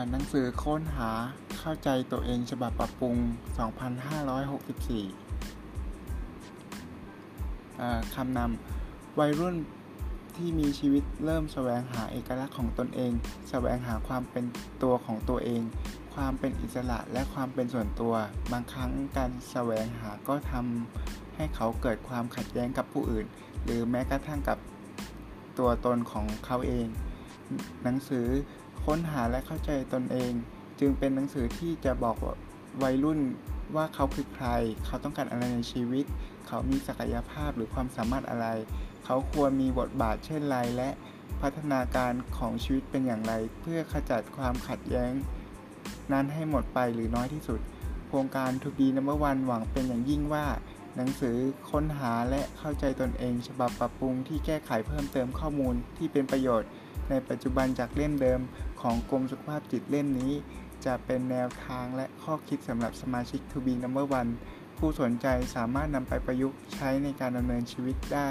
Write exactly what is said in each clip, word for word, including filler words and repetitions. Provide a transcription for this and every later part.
หนังสือค้นหาเข้าใจตัวเองฉบับปรับปรุง สองพันห้าร้อยหกสิบสี่ คำนำวัยรุ่นที่มีชีวิตเริ่มแสวงหาเอกลักษณ์ของตนเองแสวงหาความเป็นตัวของตัวเองความเป็นอิสระและความเป็นส่วนตัวบางครั้งการแสวงหาก็ทำให้เขาเกิดความขัดแย้งกับผู้อื่นหรือแม้กระทั่งกับตัวตนของเขาเองหนังสือค้นหาและเข้าใจตนเองจึงเป็นหนังสือที่จะบอกวัยรุ่นว่าเขาคือใครเขาต้องการอะไรในชีวิตเขามีศักยภาพหรือความสามารถอะไรเขาควรมีบทบาทเช่นไรและพัฒนาการของชีวิตเป็นอย่างไรเพื่อขจัดความขัดแย้งนั้นให้หมดไปหรือน้อยที่สุดโครงการ To Be Number One หวังเป็นอย่างยิ่งว่าหนังสือค้นหาและเข้าใจตนเองฉบับปรับปรุงที่แก้ไขเพิ่มเติมข้อมูลที่เป็นประโยชน์ในปัจจุบันจากเล่มเดิมของกรมสุขภาพจิตเล่มนี้จะเป็นแนวทางและข้อคิดสำหรับสมาชิก To Be Number One ผู้สนใจสามารถนำไปประยุกต์ใช้ในการดำเนินชีวิตได้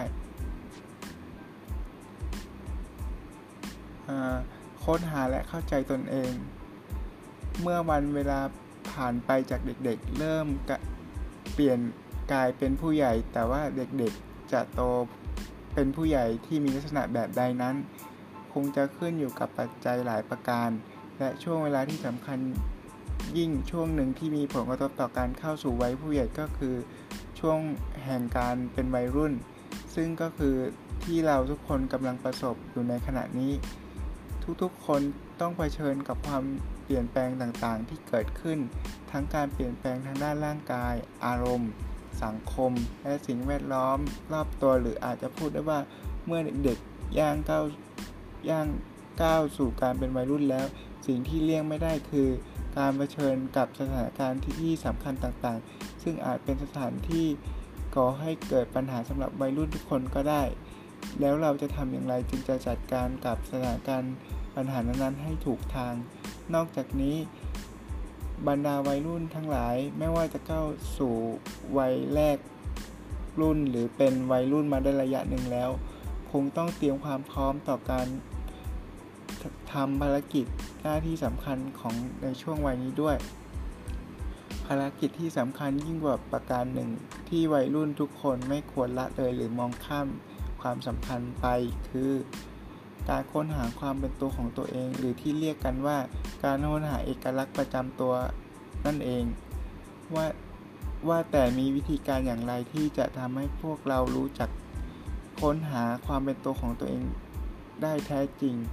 ค้นหาและเข้าใจตนเองเมื่อวันเวลาผ่านไปจากเด็กๆเริ่มเปลี่ยนกลายเป็นผู้ใหญ่แต่ว่าเด็กๆจะโตเป็นผู้ใหญ่ที่มีลักษณะแบบใดนั้นคงจะขึ้นอยู่กับปัจจัยหลายประการและช่วงเวลาที่สำคัญยิ่งช่วงหนึ่งที่มีผลกระทบต่อการเข้าสู่วัยผู้ใหญ่ก็คือช่วงแห่งการเป็นวัยรุ่นซึ่งก็คือที่เราทุกคนกำลังประสบอยู่ในขณะนี้ทุกๆคนต้องเผชิญกับความเปลี่ยนแปลงต่างๆที่เกิดขึ้นทั้งการเปลี่ยนแปลงทางด้านร่างกายอารมณ์สังคมและสิ่งแวดล้อมรอบตัวหรืออาจจะพูดได้ว่าเมื่อเด็กๆย่างก้าวย่างก้าวสู่การเป็นวัยรุ่นแล้วสิ่งที่เลี่ยงไม่ได้คือการเผชิญกับสถานการณ์ที่สำคัญต่างๆซึ่งอาจเป็นสถานที่ก่อให้เกิดปัญหาสำหรับวัยรุ่นทุกคนก็ได้แล้วเราจะทำอย่างไรจึงจะจัดการกับสถานการณ์ปัญหานั้นๆให้ถูกทางนอกจากนี้บรรดาวัยรุ่นทั้งหลายไม่ว่าจะเข้าสู่วัยแรกรุ่นหรือเป็นวัยรุ่นมาได้ระยะหนึ่งแล้วคงต้องเตรียมความพร้อมต่อการทำภารกิจหน้าที่สำคัญของในช่วงวัยนี้ด้วยภารกิจที่สำคัญยิ่งกว่าประการหนึ่งที่วัยรุ่นทุกคนไม่ควรละเลยหรือมองข้ามความสำคัญไปคือการค้นหาความเป็นตัวของตัวเองหรือที่เรียกกันว่าการค้นหาเอกลักษณ์ประจำตัวนั่นเองว่าว่าแต่มีวิธีการอย่างไรที่จะทำให้พวกเรารู้จักค้นหาความเป็นตัวของตัวเองได้แท้จริง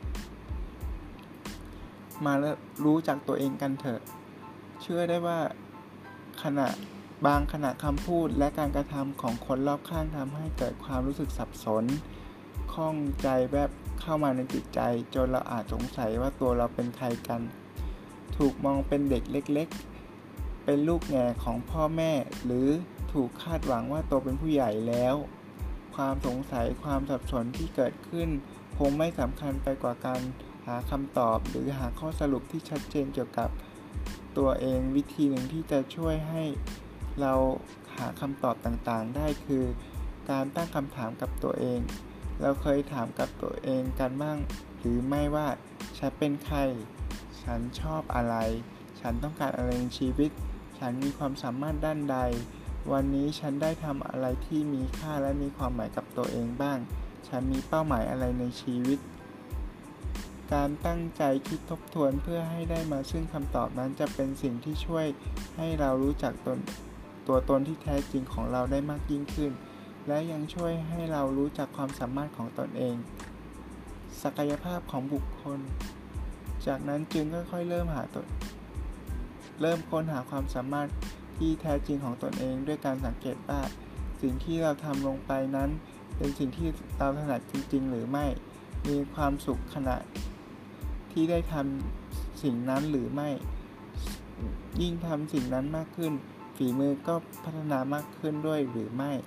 มารู้จักตัวเองกันเถอะเชื่อได้ว่าขณะบางขณะคำพูดและการกระทำของคนรอบข้างทำให้เกิดความรู้สึกสับสนข้องใจแวบเข้ามาในจิตใจจนเราอาจสงสัยว่าตัวเราเป็นใครกันถูกมองเป็นเด็กเล็กๆเป็นลูกแง่ของพ่อแม่หรือถูกคาดหวังว่าโตเป็นผู้ใหญ่แล้วความสงสัยความสับสนที่เกิดขึ้นคงไม่สำคัญไปกว่าการหาคำตอบหรือหาข้อสรุปที่ชัดเจนเกี่ยวกับตัวเองวิธีหนึ่งที่จะช่วยให้เราหาคำตอบต่างๆได้คือการตั้งคำถามกับตัวเองเราเคยถามกับตัวเองกันบ้างหรือไม่ว่าฉันเป็นใครฉันชอบอะไรฉันต้องการอะไรในชีวิตฉันมีความสามารถด้านใดวันนี้ฉันได้ทำอะไรที่มีค่าและมีความหมายกับตัวเองบ้างฉันมีเป้าหมายอะไรในชีวิตการตั้งใจคิดทบทวนเพื่อให้ได้มาซึ่งคำตอบนั้นจะเป็นสิ่งที่ช่วยให้เรารู้จักตนตัวตนที่แท้จริงของเราได้มากยิ่งขึ้นและยังช่วยให้เรารู้จักความสามารถของตนเองศักยภาพของบุคคลจากนั้นจึงค่อยๆเริ่มหาตนเริ่มค้นหาความสามารถที่แท้จริงของตนเองด้วยการสังเกตว่าสิ่งที่เราทำลงไปนั้นเป็นสิ่งที่เราถนัดจริงๆหรือไม่มีความสุขขณะที่ได้ทำสิ่งนั้นหรือไม่ยิ่งทำสิ่งนั้นมากขึ้นฝีมือก็พัฒนามากขึ้นด้วยหรือไม่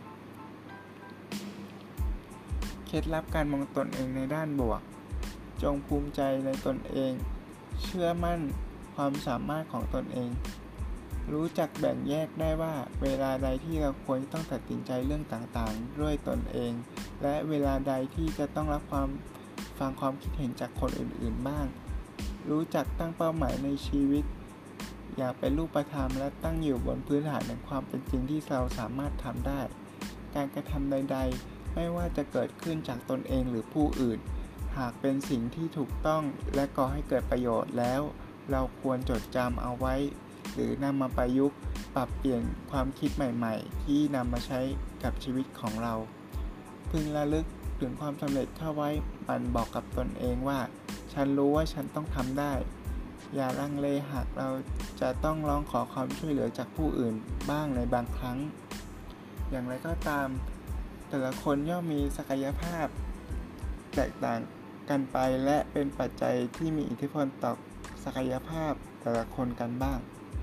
เคล็ดลับการมองตนเองในด้านบวกจงภูมิใจในตนเองเชื่อมั่นความสามารถของตนเองรู้จักแบ่งแยกได้ว่าเวลาใดที่เราควรต้องตัดสินใจเรื่องต่างๆด้วยตนเองและเวลาใดที่จะต้องรับความฟังความคิดเห็นจากคนอื่นๆบ้างรู้จักตั้งเป้าหมายในชีวิตอย่าเป็นรูปธรรมและตั้งอยู่บนพื้นฐานแห่งความเป็นจริงที่เราสามารถทำได้การกระทำใดๆไม่ว่าจะเกิดขึ้นจากตนเองหรือผู้อื่นหากเป็นสิ่งที่ถูกต้องและก่อให้เกิดประโยชน์แล้วเราควรจดจำเอาไว้หรือนำมาประยุกต์ปรับเปลี่ยนความคิดใหม่ๆที่นำมาใช้กับชีวิตของเราพึงระลึกถึงความสำเร็จเข้าไว้มันบอกกับตนเองว่าฉันรู้ว่าฉันต้องทำได้อย่าลังเลหากเราจะต้องร้องขอความช่วยเหลือจากผู้อื่นบ้างในบางครั้งอย่างไรก็ตามแต่ละคนย่อมมีศักยภาพแตกต่างกันไปและเป็นปัจจัยที่มีอิทธิพลต่อศักยภาพแต่ละคนกันบ้าง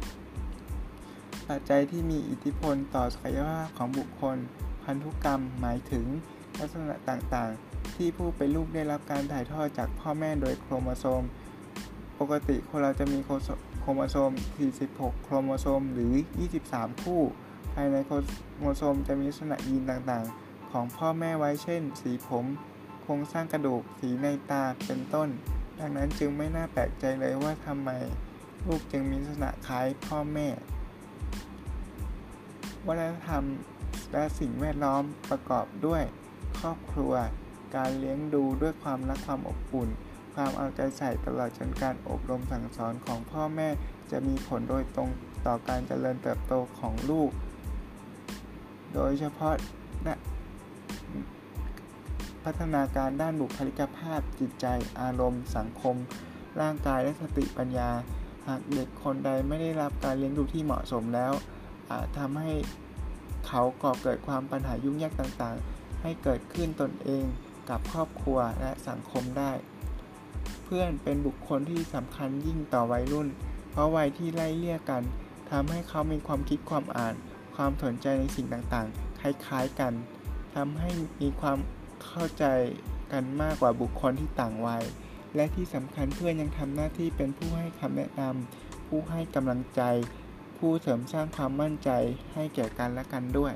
ปัจจัยที่มีอิทธิพลต่อศักยภาพของบุคคลพันธุกรรมหมายถึงลักษณะต่างๆที่ผู้เป็นลูกได้รับการถ่ายทอดจากพ่อแม่โดยโครโมโซมปกติคนเราจะมีโครโมโซมสี่สิบหกโครโมโซมหรือยี่สิบสามคู่ภายในโครโมโซมจะมีลักษณะยีนต่างๆของพ่อแม่ไว้เช่นสีผมโครงสร้างกระดูกสีในตาเป็นต้นดังนั้นจึงไม่น่าแปลกใจเลยว่าทำไมลูกจึงมีลักษณะคล้ายพ่อแม่วัฒนธรรมและสิ่งแวดล้อมประกอบด้วยครอบครัวการเลี้ยงดูด้วยความรักความอบอุ่นความเอาใจใส่ตลอดจนการอบรมสั่งสอนของพ่อแม่จะมีผลโดยตรงต่อการเจริญเติบโตของลูกโดยเฉพาะพัฒนาการด้านบุคลิกภาพจิตใจอารมณ์สังคมร่างกายและสติปัญญาหากเด็กคนใดไม่ได้รับการเลี้ยงดูที่เหมาะสมแล้วอาจทำให้เขาก่อเกิดความปัญหายุ่งยากต่างๆให้เกิดขึ้นตนเองกับครอบครัวและสังคมได้เพื่อนเป็นบุคคลที่สำคัญยิ่งต่อวัยรุ่นเพราะวัยที่ไล่เลี่ยกันทำให้เขามีความคิดความอ่านความสนใจในสิ่งต่างๆคล้ายๆกันทำให้มีความเข้าใจกันมากกว่าบุคคลที่ต่างวัยและที่สำคัญเพื่อนยังทำหน้าที่เป็นผู้ให้คำแนะนำผู้ให้กำลังใจผู้เสริมสร้างความมั่นใจให้แก่กันและกันด้วย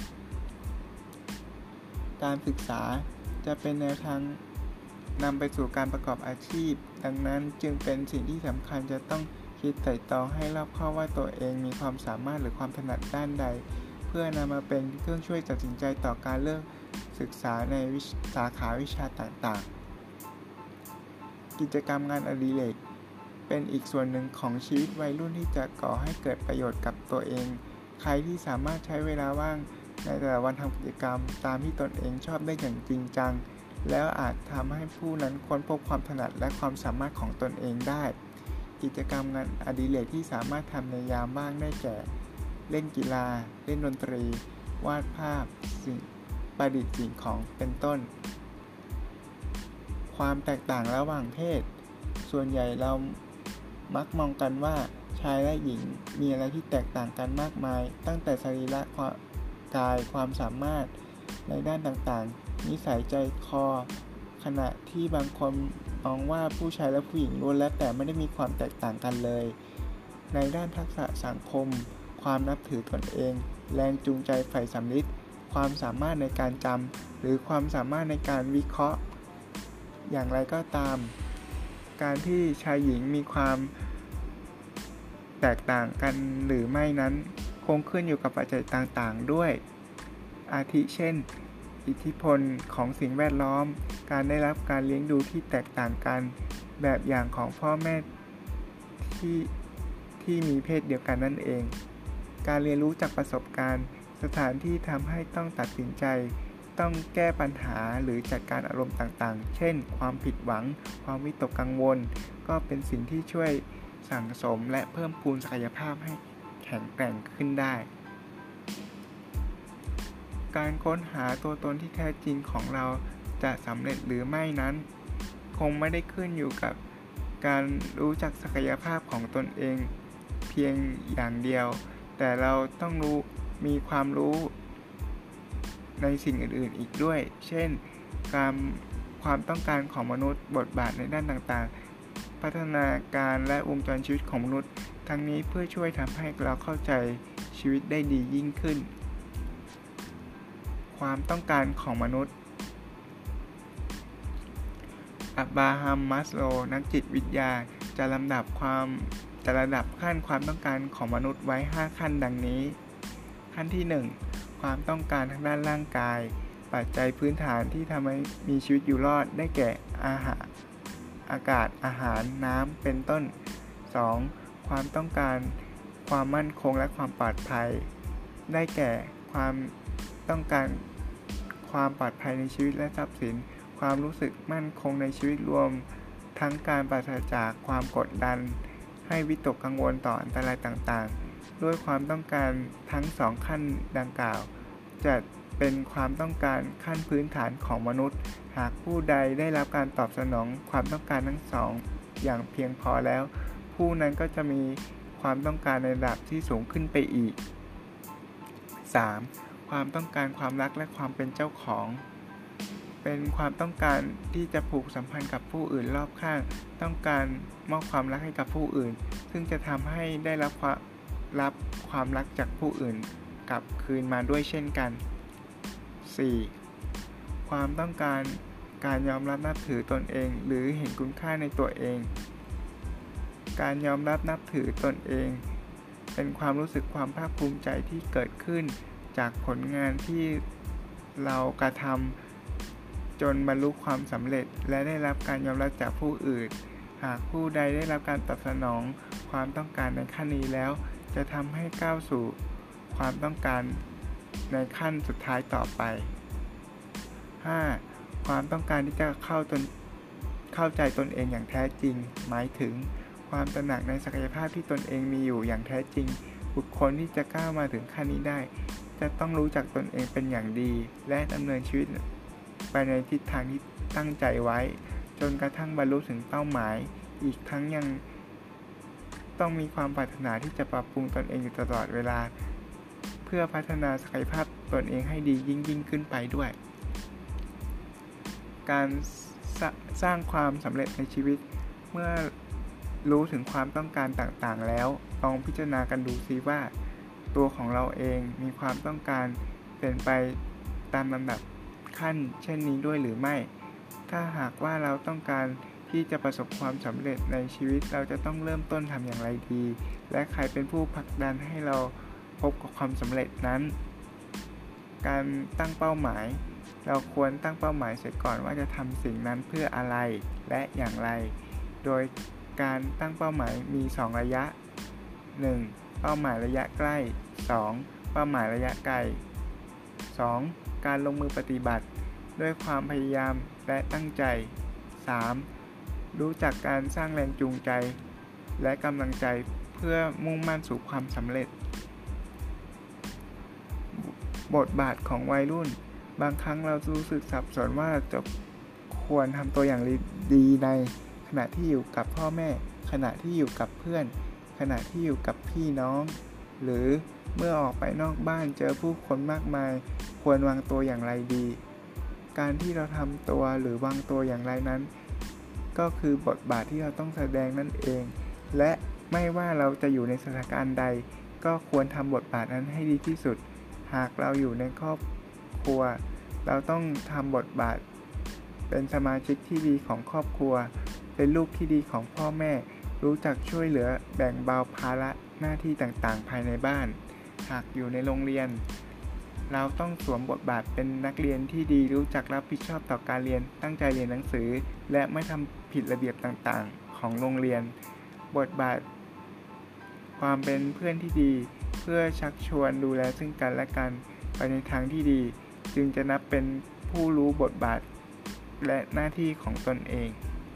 การศึกษาจะเป็นแนวทางนำไปสู่การประกอบอาชีพดังนั้นจึงเป็นสิ่งที่สำคัญจะต้องคิดไตร่ตรองให้รอบคอบว่าตัวเองมีความสามารถหรือความถนัดด้านใดเพื่อนำมาเป็นเครื่องช่วยตัดสินใจต่อการเลือกศึกษาในสาขาวิชาต่างๆกิจกรรมงานอดิเรกเป็นอีกส่วนหนึ่งของชีวิตวัยรุ่นที่จะก่อให้เกิดประโยชน์กับตัวเองใครที่สามารถใช้เวลาว่างในแต่ละวันทำกิจกรรมตามที่ตนเองชอบได้อย่างจริงจังแล้วอาจทำให้ผู้นั้นค้นพบความถนัดและความสามารถของตนเองได้กิจกรรมงานอดิเรกที่สามารถทำในยามว่างได้แก่เล่นกีฬาเล่นดนตรีวาดภาพสิ่งประดิษฐ์สิ่งของเป็นต้นความแตกต่างระหว่างเพศส่วนใหญ่เรามักมองกันว่าชายและหญิงมีอะไรที่แตกต่างกันมากมายตั้งแต่สรีระกายความสามารถในด้านต่างๆนิสัยใจคอขณะที่บางคนมองว่าผู้ชายและผู้หญิงล้วนแล้วแต่ไม่ได้มีความแตกต่างกันเลยในด้านทักษะสังคมความนับถือตนเองแรงจูงใจใฝ่สำนึกความสามารถในการจำหรือความสามารถในการวิเคราะห์อย่างไรก็ตามการที่ชายหญิงมีความแตกต่างกันหรือไม่นั้นคงขึ้นอยู่กับปัจจัยต่างๆด้วยอาทิเช่นอิทธิพลของสิ่งแวดล้อมการได้รับการเลี้ยงดูที่แตกต่างกันแบบอย่างของพ่อแม่ที่ที่มีเพศเดียวกันนั่นเองการเรียนรู้จากประสบการณ์สถานที่ทำให้ต้องตัดสินใจต้องแก้ปัญหาหรือจัดการอารมณ์ต่างๆเช่นความผิดหวังความวิตกกังวลก็เป็นสิ่งที่ช่วยสั่งสมและเพิ่มพูนศักยภาพให้แข็งแกร่งขึ้นได้การค้นหาตัวตนที่แท้จริงของเราจะสำเร็จหรือไม่นั้นคงไม่ได้ขึ้นอยู่กับการรู้จักศักยภาพของตนเองเพียงอย่างเดียวแต่เราต้องรู้มีความรู้ในสิ่งอื่นๆอีกด้วยเช่นการความต้องการของมนุษย์บทบาทในด้านต่างๆพัฒนาการและวงจรชีวิตของมนุษย์ทั้งนี้เพื่อช่วยทำให้เราเข้าใจชีวิตได้ดียิ่งขึ้นความต้องการของมนุษย์อับราฮัม มัสโลว์นักจิตวิทยาจะลำดับความจะระดับขั้นความต้องการของมนุษย์ไว้ห้าขั้นดังนี้ขั้นที่หนึ่งความต้องการทางด้านร่างกายปัจจัยพื้นฐานที่ทำให้มีชีวิตอยู่รอดได้แก่อาหารอากาศอาหารน้ำเป็นต้น สอง. ความต้องการความมั่นคงและความปลอดภัยได้แก่ความต้องการความปลอดภัยในชีวิตและทรัพย์สินความรู้สึกมั่นคงในชีวิตรวมทั้งการปราศจากความกดดันให้วิตกกังวลต่ออันตรายต่างๆด้วยความต้องการทั้งสองขั้นดังกล่าวจะเป็นความต้องการขั้นพื้นฐานของมนุษย์หากผู้ใดได้รับการตอบสนองความต้องการทั้งสองอย่างเพียงพอแล้วผู้นั้นก็จะมีความต้องการในระดับที่สูงขึ้นไปอีก สาม. ความต้องการความรักและความเป็นเจ้าของเป็นความต้องการที่จะผูกสัมพันธ์กับผู้อื่นรอบข้างต้องการมอบความรักให้กับผู้อื่นซึ่งจะทำให้ได้รับความรับความรักจากผู้อื่นกลับคืนมาด้วยเช่นกัน สี่. ความต้องการการยอมรับนับถือตนเองหรือเห็นคุณค่าในตัวเองการยอมรับนับถือตนเองเป็นความรู้สึกความภาคภูมิใจที่เกิดขึ้นจากผลงานที่เรากระทำจนบรรลุความสำเร็จและได้รับการยอมรับจากผู้อื่นหากผู้ใดได้รับการตอบสนองความต้องการในขั้นนี้แล้วจะทำให้ก้าวสู่ความต้องการในขั้นสุดท้ายต่อไป ห้า. ความต้องการที่จะเข้าตนเข้าใจตนเองอย่างแท้จริงหมายถึงความตระหนักในศักยภาพที่ตนเองมีอยู่อย่างแท้จริงบุคคลที่จะก้าวมาถึงขั้นนี้ได้จะต้องรู้จักตนเองเป็นอย่างดีและดำเนินชีวิตไปในทิศทางที่ตั้งใจไว้จนกระทั่งบรรลุถึงเป้าหมายอีกทั้งยังต้องมีความปรารถนาที่จะปรับปรุงตนเองอยู่ตลอดเวลาเพื่อพัฒนาศักยภาพตนเองให้ดียิ่งยิ่งขึ้นไปด้วยการสสร้างความสำเร็จในชีวิตเมื่อรู้ถึงความต้องการต่างๆแล้วลองพิจารณากันดูซิว่าตัวของเราเองมีความต้องการเป็นไปตามลำดับขั้นเช่นนี้ด้วยหรือไม่ถ้าหากว่าเราต้องการที่จะประสบความสำเร็จในชีวิตเราจะต้องเริ่มต้นทำอย่างไรดีและใครเป็นผู้ผลักดันให้เราพบกับความสำเร็จนั้นการตั้งเป้าหมายเราควรตั้งเป้าหมายเสียก่อนว่าจะทำสิ่งนั้นเพื่ออะไรและอย่างไรโดยการตั้งเป้าหมายมีสองระยะ หนึ่ง. เป้าหมายระยะใกล้ สอง. เป้าหมายระยะไกล สอง. การลงมือปฏิบัติด้วยความพยายามและตั้งใจ สาม. รู้จักการสร้างแรงจูงใจและกำลังใจเพื่อมุ่งมั่นสู่ความสำเร็จบทบาทของวัยรุ่นบางครั้งเรารู้สึกสับสนว่าจะควรทำตัวอย่างดีในขณะที่อยู่กับพ่อแม่ขณะที่อยู่กับเพื่อนขณะที่อยู่กับพี่น้องหรือเมื่อออกไปนอกบ้านเจอผู้คนมากมายควรวางตัวอย่างไรดีการที่เราทำตัวหรือวางตัวอย่างไรนั้นก็คือบทบาทที่เราต้องแสดงนั่นเองและไม่ว่าเราจะอยู่ในสถานการณ์ใดก็ควรทำบทบาทนั้นให้ดีที่สุดหากเราอยู่ในครอบครัวเราต้องทำบทบาทเป็นสมาชิกที่ดีของครอบครัวเป็นลูกที่ดีของพ่อแม่รู้จักช่วยเหลือแบ่งเบาภาระหน้าที่ต่างๆภายในบ้านหากอยู่ในโรงเรียนเราต้องสวมบทบาทเป็นนักเรียนที่ดีรู้จักรับผิดชอบต่อการเรียนตั้งใจเรียนหนังสือและไม่ทำผิดระเบียบต่างๆของโรงเรียนบทบาทความเป็นเพื่อนที่ดีเพื่อชักชวนดูแลซึ่งกันและกันไปในทางที่ดีจึงจะนับเป็นผู้รู้บทบาทและหน้าที่ของตนเอง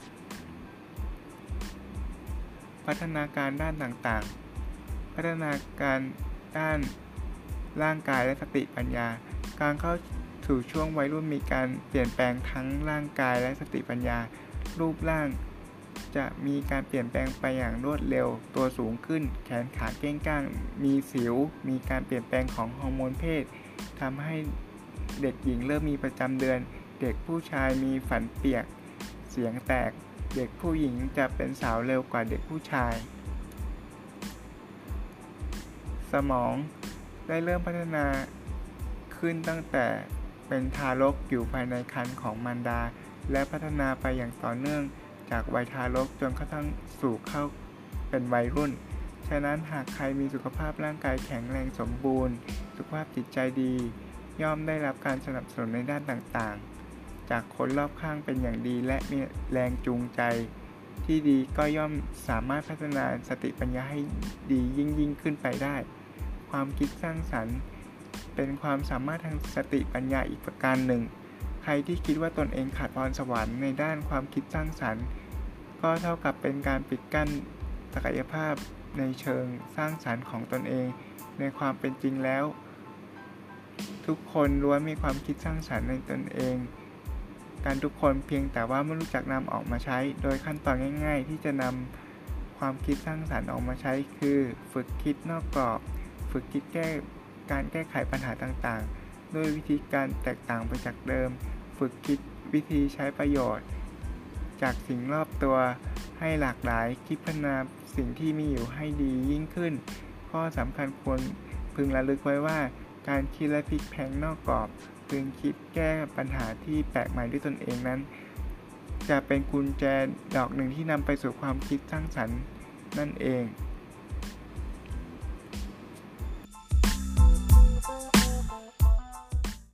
พัฒนาการด้านต่างๆพัฒนาการด้านร่างกายและสติปัญญาการเข้าสู่ช่วงวัยรุ่นมีการเปลี่ยนแปลงทั้งร่างกายและสติปัญญารูปร่างจะมีการเปลี่ยนแปลงไปอย่างรวดเร็วตัวสูงขึ้นแขนขาเก้งก้างมีสิวมีการเปลี่ยนแปลงของฮอร์โมนเพศทำให้เด็กหญิงเริ่มมีประจำเดือนเด็กผู้ชายมีฝันเปียกเสียงแตกเด็กผู้หญิงจะเป็นสาวเร็วกว่าเด็กผู้ชายสมองได้เริ่มพัฒนาขึ้นตั้งแต่เป็นทารกอยู่ภายในครรภ์ของมารดาและพัฒนาไปอย่างต่อเนื่องจากวัยทารกจนกระทั่งสู่เข้าเป็นวัยรุ่นฉะนั้นหากใครมีสุขภาพร่างกายแข็งแรงสมบูรณ์สุขภาพจิตใจดีย่อมได้รับการสนับสนุนในด้านต่างๆจากคนรอบข้างเป็นอย่างดีและมีแรงจูงใจที่ดีก็ย่อมสามารถพัฒนาสติปัญญาให้ดียิ่งยิ่งขึ้นไปได้ความคิดสร้างสรรค์เป็นความสามารถทางสติปัญญาอีกประการหนึ่งใครที่คิดว่าตนเองขาดพรสวรรค์ในด้านความคิดสร้างสรรค์ก็เท่ากับเป็นการปิดกั้นศักยภาพในเชิงสร้างสรรค์ของตนเองในความเป็นจริงแล้วทุกคนล้วนมีความคิดสร้างสรรค์ในตนเองการทุกคนเพียงแต่ว่าไม่รู้จักนำออกมาใช้โดยขั้นตอนง่ายๆที่จะนำความคิดสร้างสรรค์ออกมาใช้คือฝึกคิดนอกกรอบฝึกคิดแก้การแก้ไขปัญหาต่างๆด้วยวิธีการแตกต่างไปจากเดิมฝึกคิดวิธีใช้ประโยชน์จากสิ่งรอบตัวให้หลากหลายคิดพัฒนาสิ่งที่มีอยู่ให้ดียิ่งขึ้นข้อสำคัญควรพึงระลึกไว้ว่าการคิดและพลิกแพลงนอกกรอบพึงคิดแก้ปัญหาที่แปลกใหม่ด้วยตนเองนั้นจะเป็นกุญแจดอกหนึ่งที่นำไปสู่ความคิดสร้างสรรค์นั่นเอง